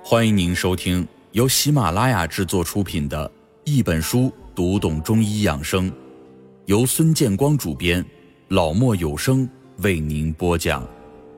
欢迎您收听由喜马拉雅制作出品的一本书读懂中医养生，由孙建光主编，老墨有声为您播讲。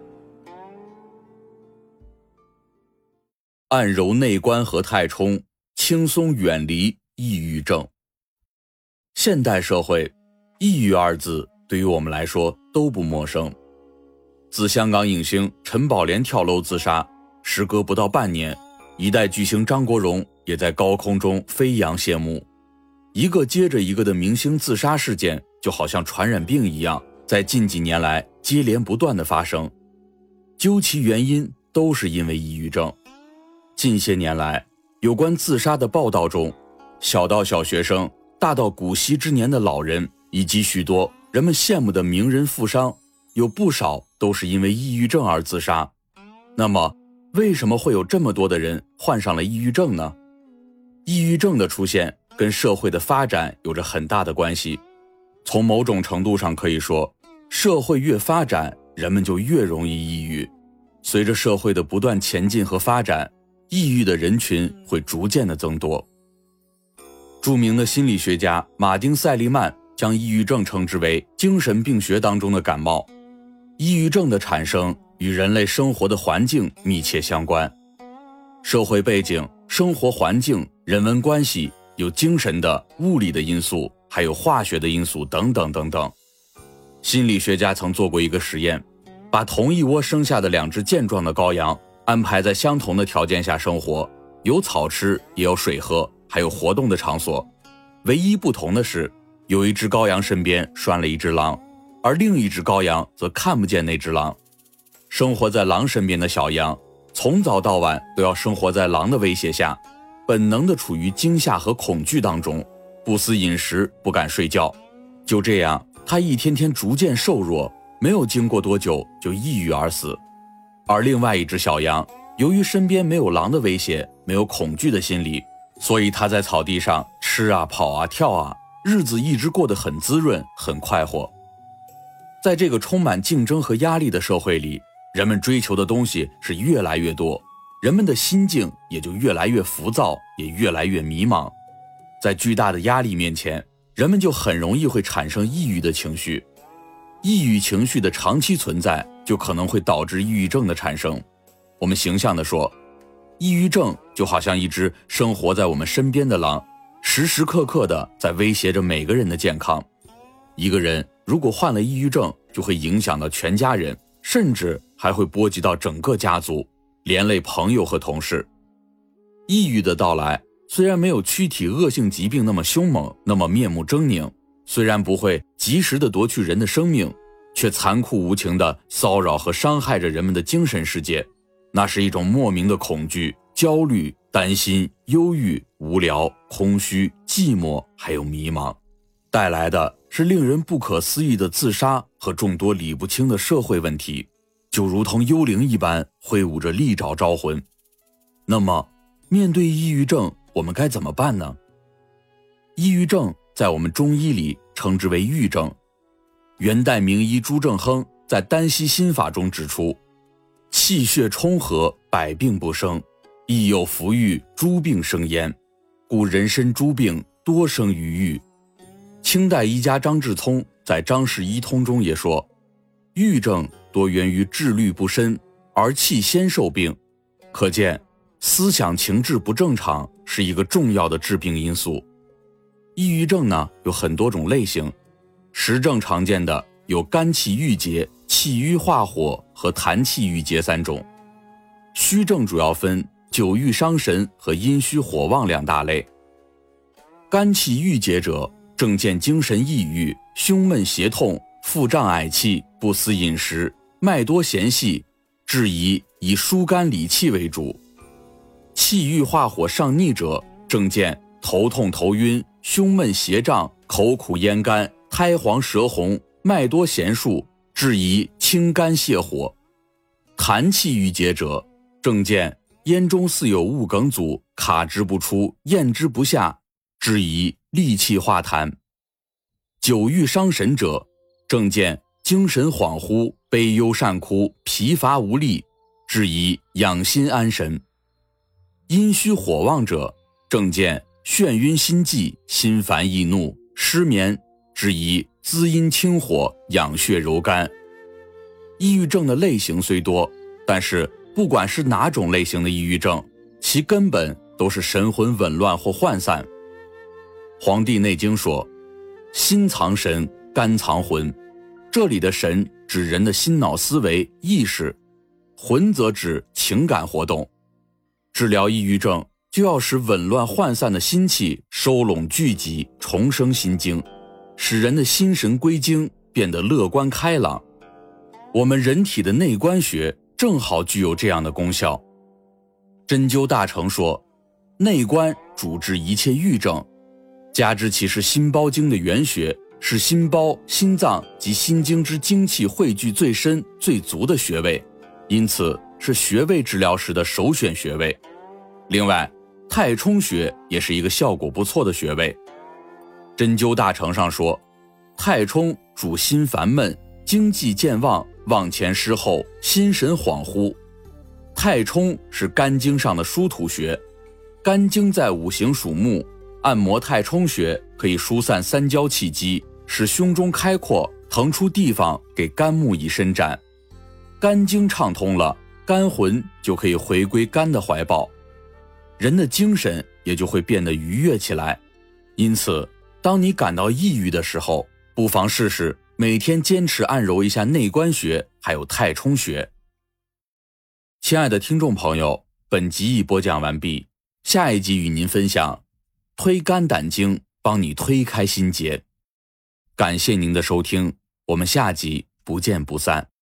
按揉内关和太冲，轻松远离抑郁症。现代社会，抑郁二字对于我们来说都不陌生。自香港影星陈宝莲跳楼自杀，时隔不到半年，一代巨星张国荣也在高空中飞扬谢幕。一个接着一个的明星自杀事件，就好像传染病一样，在近几年来接连不断的发生。究其原因，都是因为抑郁症。近些年来，有关自杀的报道中，小到小学生，大到古稀之年的老人，以及许多人们羡慕的名人富商，有不少都是因为抑郁症而自杀。那么为什么会有这么多的人患上了抑郁症呢？抑郁症的出现跟社会的发展有着很大的关系。从某种程度上可以说，社会越发展，人们就越容易抑郁。随着社会的不断前进和发展，抑郁的人群会逐渐的增多。著名的心理学家马丁·塞利曼将抑郁症称之为精神病学当中的感冒。抑郁症的产生与人类生活的环境密切相关，社会背景、生活环境、人文关系，有精神的、物理的因素，还有化学的因素等等等等。心理学家曾做过一个实验，把同一窝生下的两只健壮的羔羊安排在相同的条件下生活，有草吃，也有水喝，还有活动的场所。唯一不同的是，有一只羔羊身边拴了一只狼，而另一只羔羊则看不见那只狼。生活在狼身边的小羊，从早到晚都要生活在狼的威胁下，本能地处于惊吓和恐惧当中，不思饮食，不敢睡觉。就这样，它一天天逐渐瘦弱，没有经过多久就抑郁而死。而另外一只小羊，由于身边没有狼的威胁，没有恐惧的心理，所以它在草地上吃啊、跑啊、跳啊，日子一直过得很滋润，很快活。在这个充满竞争和压力的社会里，人们追求的东西是越来越多，人们的心境也就越来越浮躁，也越来越迷茫。在巨大的压力面前，人们就很容易会产生抑郁的情绪。抑郁情绪的长期存在，就可能会导致抑郁症的产生。我们形象地说，抑郁症就好像一只生活在我们身边的狼，时时刻刻地在威胁着每个人的健康。一个人如果患了抑郁症，就会影响到全家人，甚至还会波及到整个家族，连累朋友和同事。抑郁的到来虽然没有躯体恶性疾病那么凶猛，那么面目狰狞，虽然不会及时地夺去人的生命，却残酷无情地骚扰和伤害着人们的精神世界。那是一种莫名的恐惧、焦虑、担心、忧郁、无聊、空虚、寂寞，还有迷茫，带来的是令人不可思议的自杀和众多理不清的社会问题，就如同幽灵一般挥舞着利爪招魂。那么，面对抑郁症，我们该怎么办呢？抑郁症在我们中医里称之为郁症。元代名医朱正亨在《丹溪心法》中指出，气血充和，百病不生，亦有伏郁，诸病生焉，故人参诸病多生于郁。清代医家张志聪在《张氏医通》中也说，郁症多源于志虑不深，而气先受病，可见思想情志不正常是一个重要的致病因素。抑郁症呢，有很多种类型，实证常见的有肝气郁结、气郁化火和痰气郁结三种。虚症主要分久郁伤神和阴虚火旺两大类。肝气郁结者，症见精神抑郁、胸闷胁痛、腹胀嗳气、不思饮食、脉多弦细，质疑以疏肝理气为主。气郁化火上逆者，症见头痛头晕、胸闷胁胀、口苦咽干、苔黄舌红、脉多弦数，质疑清肝泻火。痰气郁结者，症见咽中似有物梗阻，卡之不出，咽之不下，质疑戾气化痰。久郁伤神者，症见精神恍惚，悲忧善哭，疲乏无力，质疑养心安神。 阴虚火旺者，症见眩晕心悸、心烦易怒、失眠，之宜滋阴清火、养血柔肝。抑郁症的类型虽多，但是不管是哪种类型的抑郁症，其根本都是神魂紊乱或涣散。黄帝内经说，心藏神，肝藏魂，这里的神指人的心脑思维、意识，魂则指情感活动。治疗抑郁症就要使紊乱涣散的心气收拢聚集，重生心经，使人的心神归经，变得乐观开朗。我们人体的内关穴正好具有这样的功效。针灸大成说，内关主治一切郁症，加之其是心包经的原穴，是心包、心脏及心经之精气汇聚最深最足的穴位，因此是穴位治疗时的首选穴位。另外，太冲穴也是一个效果不错的穴位。针灸大成上说，太冲主心烦闷，精气健忘，忘前失后，心神恍惚。太冲是肝经上的疏土穴，肝经在五行属木，按摩太冲穴可以疏散三焦气机，使胸中开阔，腾出地方给肝木以伸展。肝经畅通了，肝魂就可以回归肝的怀抱，人的精神也就会变得愉悦起来。因此，当你感到抑郁的时候，不妨试试每天坚持按揉一下内关穴，还有太冲穴。亲爱的听众朋友，本集已播讲完毕，下一集与您分享推肝胆经，帮你推开心结。感谢您的收听，我们下集不见不散。